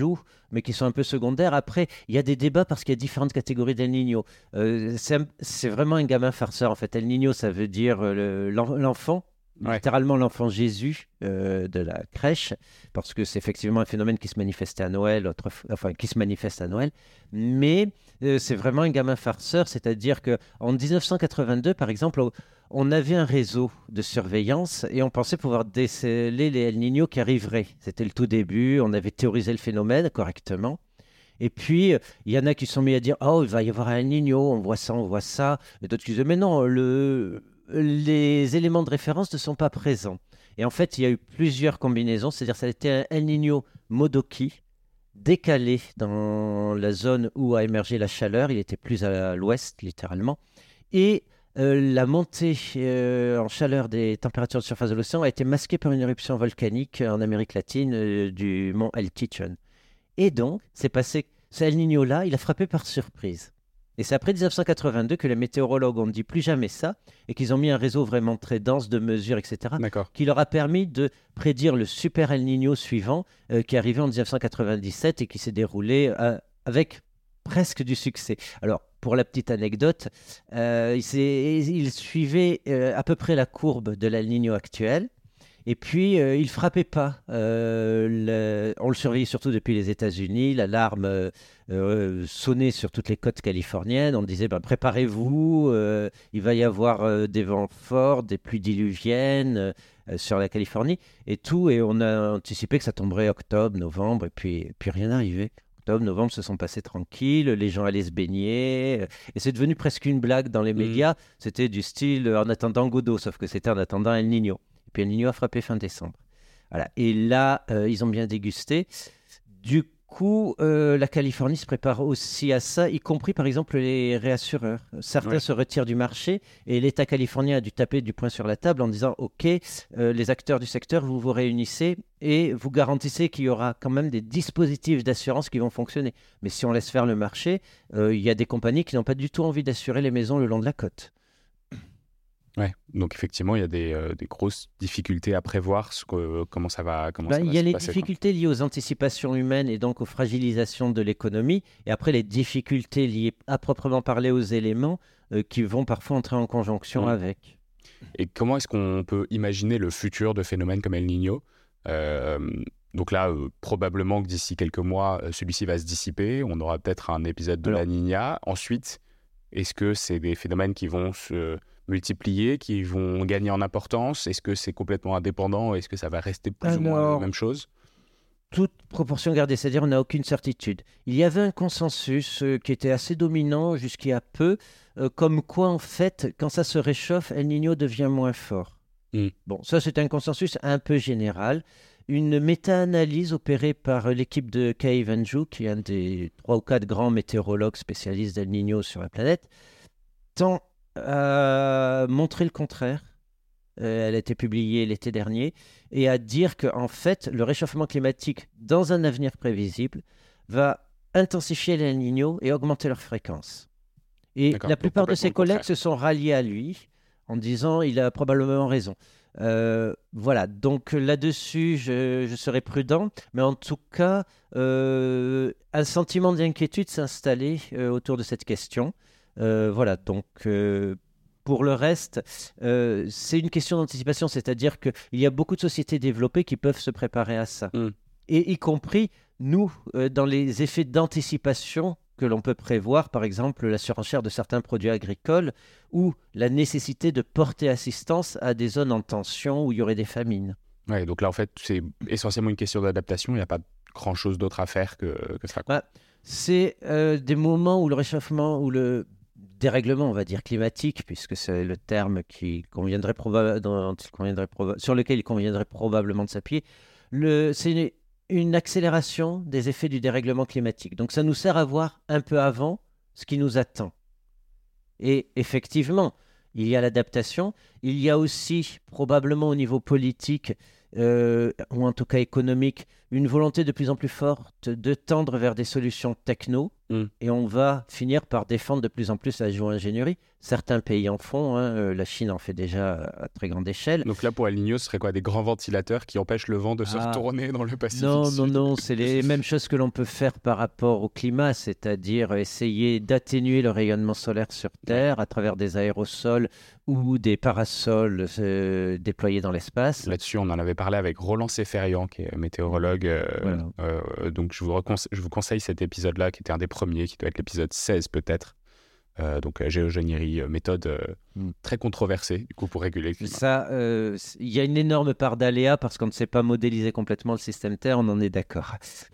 mais qui sont un peu secondaires. Après, il y a des débats parce qu'il y a différentes catégories d'El Niño. Euh, c'est, un- c'est vraiment un gamin farceur, en fait. El Niño, ça veut dire euh, le- l'en- l'enfant, Ouais. littéralement l'enfant Jésus euh, de la crèche, parce que c'est effectivement un phénomène qui se manifestait à Noël, autrefois- enfin qui se manifeste à Noël, mais euh, c'est vraiment un gamin farceur, c'est-à-dire que en dix-neuf cent quatre-vingt-deux, par exemple, on on avait un réseau de surveillance et on pensait pouvoir déceler les El Niño qui arriveraient. C'était le tout début, on avait théorisé le phénomène correctement. Et puis, euh, il y en a qui se sont mis à dire, oh, il va y avoir un El Niño, on voit ça, on voit ça. Et d'autres qui disaient, mais non, le... les éléments de référence ne sont pas présents. Et en fait, il y a eu plusieurs combinaisons, c'est-à-dire que ça a été un El Niño Modoki, décalé dans la zone où a émergé la chaleur, il était plus à l'ouest, littéralement. Et euh, la montée euh, en chaleur des températures de surface de l'océan a été masquée par une éruption volcanique en Amérique latine euh, du mont El Chichón. Et donc, c'est passé, ce El Niño-là, il a frappé par surprise. Et c'est après dix-neuf cent quatre-vingt-deux que les météorologues ont dit plus jamais ça et qu'ils ont mis un réseau vraiment très dense de mesures, et cetera, D'accord. qui leur a permis de prédire le super El Niño suivant euh, qui est arrivé en dix-neuf cent quatre-vingt-dix-sept et qui s'est déroulé euh, avec presque du succès. Alors, pour la petite anecdote, euh, il, s'est- il suivait euh, à peu près la courbe de l'El Niño actuel. Et puis, euh, il ne frappait pas. Euh, le- On le surveillait surtout depuis les États-Unis. L'alarme euh, euh, sonnait sur toutes les côtes californiennes. On disait, ben, préparez-vous, euh, il va y avoir euh, des vents forts, des pluies diluviennes euh, euh, sur la Californie et tout. Et on a anticipé que ça tomberait octobre, novembre, et puis, puis rien n'arrivait. Octobre, novembre se sont passés tranquilles, les gens allaient se baigner. euh, Et c'est devenu presque une blague dans les Mm. médias. C'était du style euh, en attendant Godot, sauf que c'était en attendant El Niño. Et puis El Niño a frappé fin décembre. Voilà. Et là, euh, ils ont bien dégusté. Du coup, euh, la Californie se prépare aussi à ça, y compris par exemple les réassureurs. Certains Ouais. se retirent du marché et l'État californien a dû taper du poing sur la table en disant OK, euh, les acteurs du secteur, vous vous réunissez et vous garantissez qu'il y aura quand même des dispositifs d'assurance qui vont fonctionner. Mais si on laisse faire le marché, euh, il y a des compagnies qui n'ont pas du tout envie d'assurer les maisons le long de la côte. Ouais. Donc effectivement, il y a des, euh, des grosses difficultés à prévoir ce que, comment ça va, comment Ben, ça il va y a se les passer, quoi. difficultés liées aux anticipations humaines et donc aux fragilisations de l'économie, et après les difficultés liées à proprement parler aux éléments euh, qui vont parfois entrer en conjonction Mm. avec. Et comment est-ce qu'on peut imaginer le futur de phénomènes comme El Niño? Euh, donc là, euh, probablement que d'ici quelques mois, euh, celui-ci va se dissiper. On aura peut-être un épisode de Alors, La Niña. Ensuite, est-ce que c'est des phénomènes qui vont se multiplier, qui vont gagner en importance? Est-ce que c'est complètement indépendant? Est-ce que ça va rester plus ou moins la alors, même chose? toute proportion gardée, c'est-à-dire on n'a aucune certitude. Il y avait un consensus euh, qui était assez dominant jusqu'il y a peu, euh, comme quoi en fait, quand ça se réchauffe, El Niño devient moins fort. Mm. Bon, ça c'est un consensus un peu général. Une méta-analyse opérée par euh, l'équipe de Kay Evanju, qui est un des trois ou quatre grands météorologues spécialistes d'El Niño sur la planète, tend à montrer le contraire. Euh, elle a été publiée l'été dernier, et à dire qu'en fait, le réchauffement climatique, dans un avenir prévisible, va intensifier les El Niño et augmenter leur fréquence. Et D'accord. la Donc plupart de complètement ses le collègues contraire. se sont ralliés à lui en disant il a probablement raison. Euh, voilà, donc là-dessus, je, je serai prudent, mais en tout cas, euh, un sentiment d'inquiétude s'est installé euh, autour de cette question. Euh, voilà, donc euh, pour le reste, euh, c'est une question d'anticipation, c'est-à-dire qu'il y a beaucoup de sociétés développées qui peuvent se préparer à ça, Mm. et y compris nous, euh, dans les effets d'anticipation que l'on peut prévoir, par exemple la surenchère de certains produits agricoles ou la nécessité de porter assistance à des zones en tension où il y aurait des famines. Ouais, donc là, en fait, c'est essentiellement une question d'adaptation. Il n'y a pas grand-chose d'autre à faire que, que ça, quoi. Bah, c'est euh, des moments où le réchauffement, ou le dérèglement, on va dire, climatique, puisque c'est le terme qui conviendrait proba- dont il conviendrait proba- sur lequel il conviendrait probablement de s'appuyer, le, c'est une, une accélération des effets du dérèglement climatique. Donc ça nous sert à voir un peu avant ce qui nous attend. Et effectivement, il y a l'adaptation, il y a aussi probablement au niveau politique, euh, ou en tout cas économique, une volonté de plus en plus forte de tendre vers des solutions techno, Mm. et on va finir par défendre de plus en plus la géo-ingénierie. Certains pays en font, hein, euh, la Chine en fait déjà à très grande échelle. Donc là, pour El Niño, ce serait quoi? Des grands ventilateurs qui empêchent le vent de se Ah. retourner dans le Pacifique Non, Sud? non, non, c'est les mêmes choses que l'on peut faire par rapport au climat, c'est-à-dire essayer d'atténuer le rayonnement solaire sur Terre à travers des aérosols ou des parasols euh, déployés dans l'espace. Là-dessus, on en avait parlé avec Roland Seferian, qui est météorologue. euh, Voilà. euh, donc, je vous, reconse- je vous conseille cet épisode-là, qui était un des premiers, qui doit être l'épisode seize peut-être. Euh, donc, euh, géogénierie, euh, méthode euh, Mm. très controversée, du coup, pour réguler le climat. Ça, euh, c- il y a une énorme part d'aléas parce qu'on ne sait pas modéliser complètement le système Terre, on en est d'accord.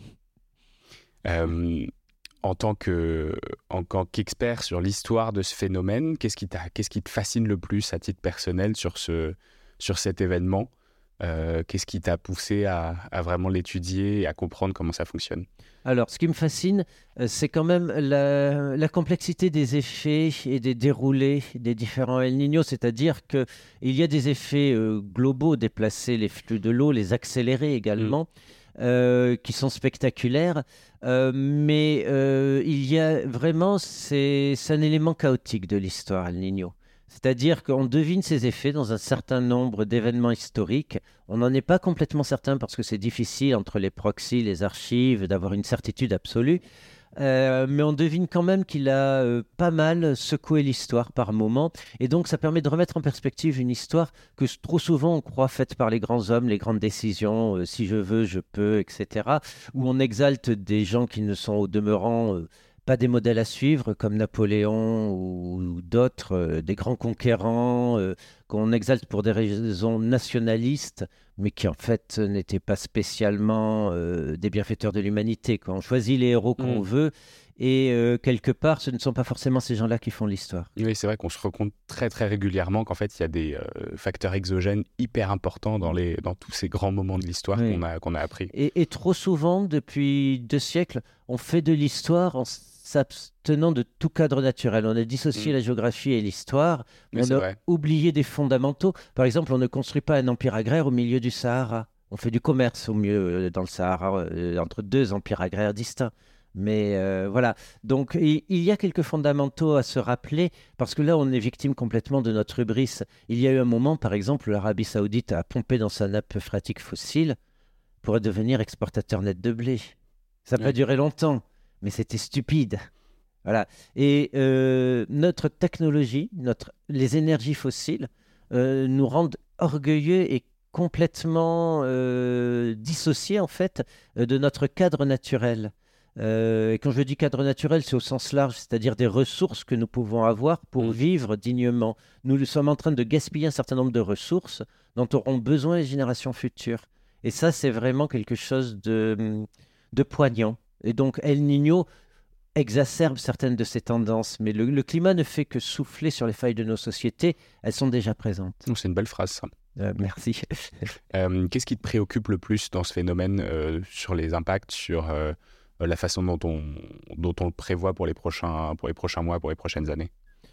Euh, en tant que, en tant qu'expert sur l'histoire de ce phénomène, qu'est-ce qui t'a, qu'est-ce qui te fascine le plus à titre personnel sur, ce, sur cet événement? Euh, qu'est-ce qui t'a poussé à, à vraiment l'étudier et à comprendre comment ça fonctionne? Alors, ce qui me fascine, euh, c'est quand même la, la complexité des effets et des déroulés des différents El Niño, c'est-à-dire qu'il y a des effets euh, globaux, déplacer les flux de l'eau, les accélérer également, euh, qui sont spectaculaires, euh, mais euh, il y a vraiment, c'est c'est un élément chaotique de l'histoire, El Niño. C'est-à-dire qu'on devine ces effets dans un certain nombre d'événements historiques. On n'en est pas complètement certain parce que c'est difficile entre les proxys, les archives, d'avoir une certitude absolue. Euh, mais on devine quand même qu'il a euh, pas mal secoué l'histoire par moments. Et donc ça permet de remettre en perspective une histoire que s- trop souvent on croit faite par les grands hommes, les grandes décisions, euh, si je veux, je peux, et cetera. Où on exalte des gens qui ne sont au demeurant euh, pas des modèles à suivre, comme Napoléon ou, ou d'autres, euh, des grands conquérants, euh, qu'on exalte pour des raisons nationalistes, mais qui en fait n'étaient pas spécialement euh, des bienfaiteurs de l'humanité, quoi. On choisit les héros qu'on Mm. veut, et euh, quelque part, ce ne sont pas forcément ces gens-là qui font l'histoire. Oui, c'est vrai qu'on se rend compte très très régulièrement qu'en fait il y a des euh, facteurs exogènes hyper importants dans, les, dans tous ces grands moments de l'histoire Oui. qu'on a, qu'on a appris. Et, et trop souvent, depuis deux siècles, on fait de l'histoire en s'abstenant de tout cadre naturel. On a dissocié Mm. la géographie et l'histoire, mais Oui, on c'est a vrai. oublié des fondamentaux. Par exemple, on ne construit pas un empire agraire au milieu du Sahara. On fait du commerce au mieux euh, dans le Sahara, euh, entre deux empires agraires distincts. Mais euh, voilà, donc il, il y a quelques fondamentaux à se rappeler, parce que là, on est victime complètement de notre hubris. Il y a eu un moment, par exemple, où l'Arabie Saoudite a pompé dans sa nappe phréatique fossile pour devenir exportateur net de blé. Ça n'a pas Ouais. duré longtemps, mais c'était stupide. Voilà. Et euh, notre technologie, notre, les énergies fossiles euh, nous rendent orgueilleux et complètement euh, dissociés en fait euh, de notre cadre naturel. Euh, et quand je dis cadre naturel, c'est au sens large, c'est-à-dire des ressources que nous pouvons avoir pour Mm. vivre dignement. Nous sommes en train de gaspiller un certain nombre de ressources dont auront besoin les générations futures. Et ça, c'est vraiment quelque chose de, de poignant. Et donc, El Niño exacerbe certaines de ces tendances, mais le, le climat ne fait que souffler sur les failles de nos sociétés. Elles sont déjà présentes. Donc, c'est une belle phrase, ça. Euh, merci. Euh, qu'est-ce qui te préoccupe le plus dans ce phénomène, euh, sur les impacts, sur euh, la façon dont on, dont on le prévoit pour les, prochains, pour les prochains mois, pour les prochaines années?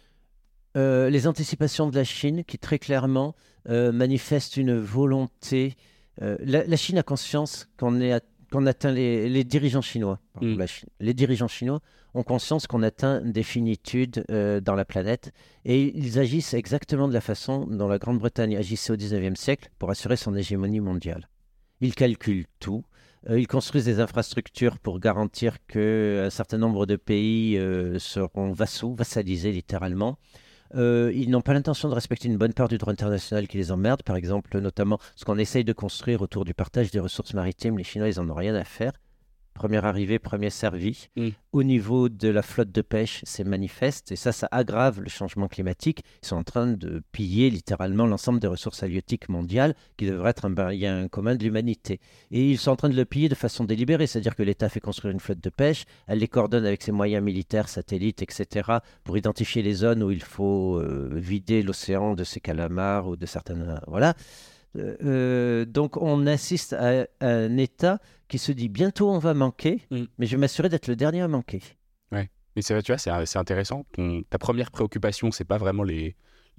Euh, les anticipations de la Chine qui très clairement euh, manifestent une volonté. Euh, la, la Chine a conscience qu'on est à- qu'on atteint les, les dirigeants chinois. pardon, Mm. la Chine. Les dirigeants chinois ont conscience qu'on atteint des finitudes euh, dans la planète et ils agissent exactement de la façon dont la Grande-Bretagne agissait au dix-neuvième siècle pour assurer son hégémonie mondiale. Ils calculent tout. Euh, ils construisent des infrastructures pour garantir qu'un certain nombre de pays euh, seront vassaux, vassalisés littéralement. Euh, ils n'ont pas l'intention de respecter une bonne part du droit international qui les emmerde, par exemple, notamment ce qu'on essaye de construire autour du partage des ressources maritimes. Les Chinois, ils n'en ont rien à faire. Première arrivée, premier servi. Mm. Au niveau de la flotte de pêche, c'est manifeste. Et ça, ça aggrave le changement climatique. Ils sont en train de piller littéralement l'ensemble des ressources halieutiques mondiales qui devraient être un bien commun de l'humanité. Et ils sont en train de le piller de façon délibérée. C'est-à-dire que l'État fait construire une flotte de pêche, elle les coordonne avec ses moyens militaires, satellites, et cetera, pour identifier les zones où il faut euh, vider l'océan de ses calamars ou de certaines... Voilà. Euh, euh, donc on assiste à, à un État qui se dit bientôt on va manquer, Mm. mais je vais m'assurer d'être le dernier à manquer. Mais c'est, tu vois, c'est, c'est intéressant. Ton, ta première préoccupation, c'est pas vraiment les,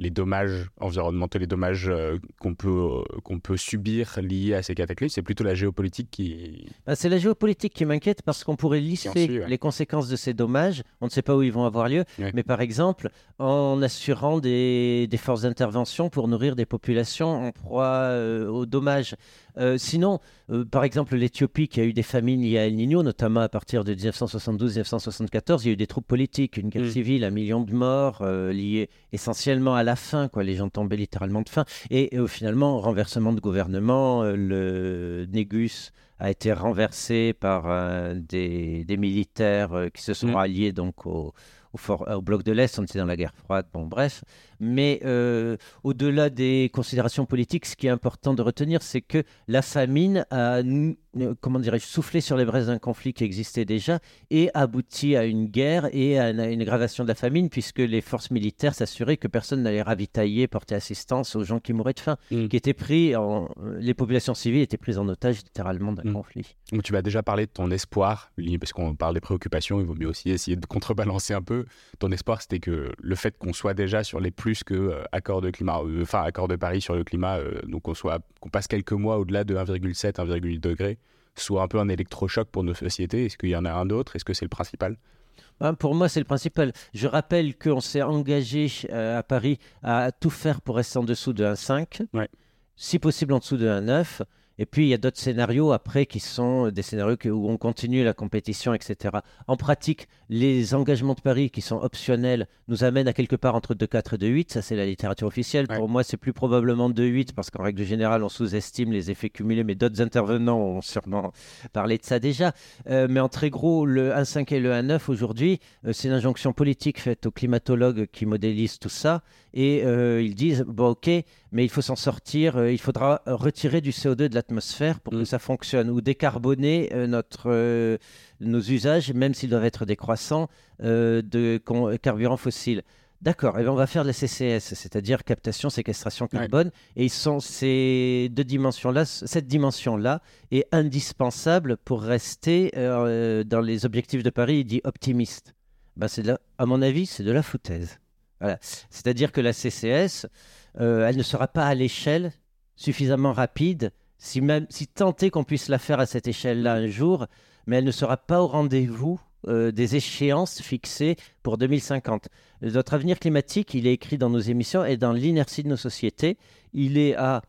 les dommages environnementaux, les dommages euh, qu'on peut, euh, qu'on peut subir liés à ces cataclysmes. C'est plutôt la géopolitique qui... Ben, c'est la géopolitique qui m'inquiète parce qu'on pourrait lister suit, ouais. les conséquences de ces dommages. On ne sait pas où ils vont avoir lieu, Ouais. mais par exemple, en assurant des, des forces d'intervention pour nourrir des populations en proie euh, aux dommages. Euh, sinon, euh, par exemple, l'Éthiopie qui a eu des famines liées à El Niño, notamment à partir de dix-neuf cent soixante-douze dix-neuf cent soixante-quatorze, il y a eu des troupes politiques, une guerre Mm. civile, un million de morts euh, liés essentiellement à la faim, quoi. Les gens tombaient littéralement de faim. Et, et euh, finalement, renversement de gouvernement, euh, le Négus a été renversé par euh, des, des militaires euh, qui se sont Mm. alliés donc au, au, fort- au bloc de l'Est. On était dans la guerre froide, bon bref. Mais euh, au-delà des considérations politiques, ce qui est important de retenir, c'est que la famine a, euh, comment dirais-je, soufflé sur les braises d'un conflit qui existait déjà et abouti à une guerre et à une, à une aggravation de la famine, puisque les forces militaires s'assuraient que personne n'allait ravitailler, porter assistance aux gens qui mouraient de faim, Mm. qui étaient pris en, les populations civiles étaient prises en otage littéralement d'un Mm. conflit. Donc, tu m'as déjà parlé de ton espoir, lié- parce qu'on parle des préoccupations, il vaut mieux aussi essayer de contrebalancer un peu. Ton espoir, c'était que le fait qu'on soit déjà sur les plus que euh, accord de climat, euh, enfin accord de Paris sur le climat, euh, donc qu'on soit, qu'on passe quelques mois au-delà de un virgule sept, un virgule huit degrés, soit un peu un électrochoc pour nos sociétés. Est-ce qu'il y en a un autre? Est-ce que c'est le principal? Ben, pour moi, c'est le principal. Je rappelle qu'on s'est engagé euh, à Paris à tout faire pour rester en dessous de un virgule cinq, Ouais. si possible en dessous de un virgule neuf. Et puis, il y a d'autres scénarios après qui sont des scénarios que- où on continue la compétition, et cetera. En pratique, les engagements de Paris qui sont optionnels nous amènent à quelque part entre deux virgule quatre et deux virgule huit. Ça, c'est la littérature officielle. Ouais. Pour moi, c'est plus probablement deux virgule huit parce qu'en règle générale, on sous-estime les effets cumulés, mais d'autres intervenants ont sûrement parlé de ça déjà. Euh, mais en très gros, le un virgule cinq et le un virgule neuf aujourd'hui, euh, c'est une injonction politique faite aux climatologues qui modélisent tout ça. Et euh, ils disent, bon ok, mais il faut s'en sortir, euh, il faudra retirer du C O deux de l'atmosphère pour Mm. que ça fonctionne, ou décarboner euh, notre, euh, nos usages, même s'ils doivent être décroissants, euh, de con- carburants fossiles. D'accord, et bien on va faire de la C C S, c'est-à-dire captation, séquestration carbone, et ils sont, ces deux dimensions-là, cette dimension-là est indispensable pour rester euh, dans les objectifs de Paris, il dit optimiste. Ben c'est de la- à mon avis, c'est de la foutaise. Voilà. C'est-à-dire que la C C S, euh, elle ne sera pas à l'échelle suffisamment rapide, si, même, si tant est qu'on puisse la faire à cette échelle-là un jour, mais elle ne sera pas au rendez-vous euh, des échéances fixées pour deux mille cinquante. Notre avenir climatique, il est écrit dans nos émissions et dans l'inertie de nos sociétés. Il est à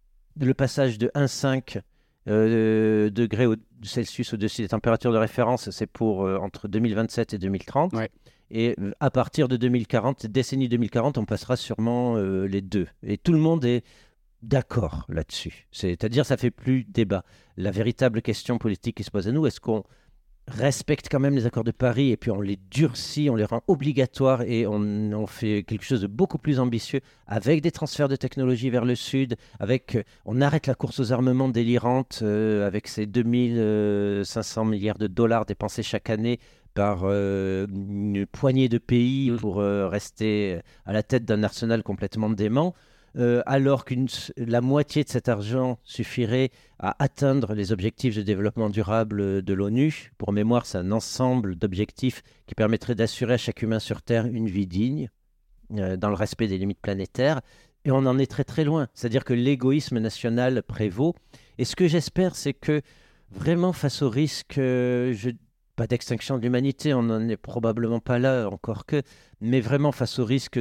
le passage de un virgule cinq euh, degrés au- Celsius au-dessus des températures de référence, c'est pour euh, entre deux mille vingt-sept et deux mille trente. Ouais. Et euh, à partir de deux mille quarante, décennie deux mille quarante, on passera sûrement euh, les deux. Et tout le monde est d'accord là-dessus. C'est-à-dire, ça fait plus débat. La véritable question politique qui se pose à nous, est-ce qu'on respecte quand même les accords de Paris et puis on les durcit, on les rend obligatoires et on, on fait quelque chose de beaucoup plus ambitieux avec des transferts de technologie vers le sud, avec, euh, on arrête la course aux armements délirante euh, avec ces deux mille cinq cents milliards de dollars dépensés chaque année par euh, une poignée de pays Mm. pour euh, rester à la tête d'un arsenal complètement dément. Euh, alors que la moitié de cet argent suffirait à atteindre les objectifs de développement durable de l'ONU. Pour mémoire, c'est un ensemble d'objectifs qui permettrait d'assurer à chaque humain sur Terre une vie digne, euh, dans le respect des limites planétaires. Et on en est très très loin. C'est-à-dire que l'égoïsme national prévaut. Et ce que j'espère, c'est que vraiment face au risque, euh, je pas d'extinction de l'humanité, on n'en est probablement pas là encore que, mais vraiment face au risque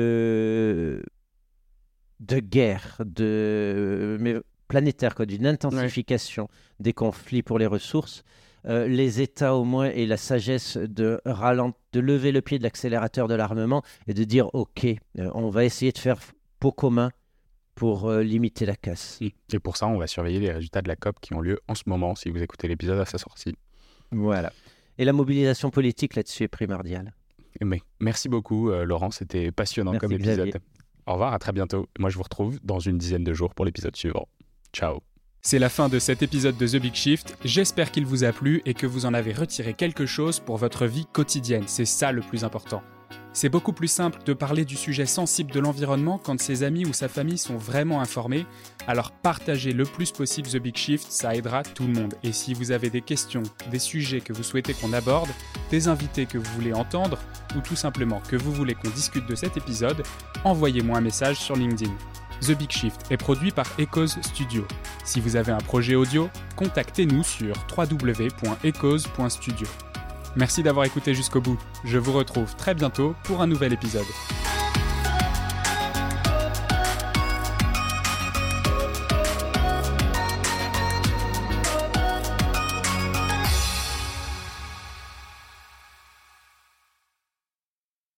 de de guerre, de mais planétaire, quoi, d'une intensification des conflits pour les ressources, euh, les États au moins aient la sagesse de, ralent- de lever le pied de l'accélérateur de l'armement et de dire ok, euh, on va essayer de faire pot commun pour euh, limiter la casse. Et pour ça, on va surveiller les résultats de la COP qui ont lieu en ce moment, si vous écoutez l'épisode à sa sortie. Voilà. Et la mobilisation politique là-dessus est primordiale. Mais merci beaucoup, euh, Laurent, c'était passionnant Merci, comme épisode. Xavier. Au revoir, à très bientôt. Moi, je vous retrouve dans une dizaine de jours pour l'épisode suivant. Ciao. C'est la fin de cet épisode de The Big Shift. J'espère qu'il vous a plu et que vous en avez retiré quelque chose pour votre vie quotidienne. C'est ça le plus important. C'est beaucoup plus simple de parler du sujet sensible de l'environnement quand ses amis ou sa famille sont vraiment informés, alors partagez le plus possible The Big Shift, ça aidera tout le monde. Et si vous avez des questions, des sujets que vous souhaitez qu'on aborde, des invités que vous voulez entendre, ou tout simplement que vous voulez qu'on discute de cet épisode, envoyez-moi un message sur LinkedIn. The Big Shift est produit par Echoes Studio. Si vous avez un projet audio, contactez-nous sur w w w point echoes point studio. Merci d'avoir écouté jusqu'au bout. Je vous retrouve très bientôt pour un nouvel épisode.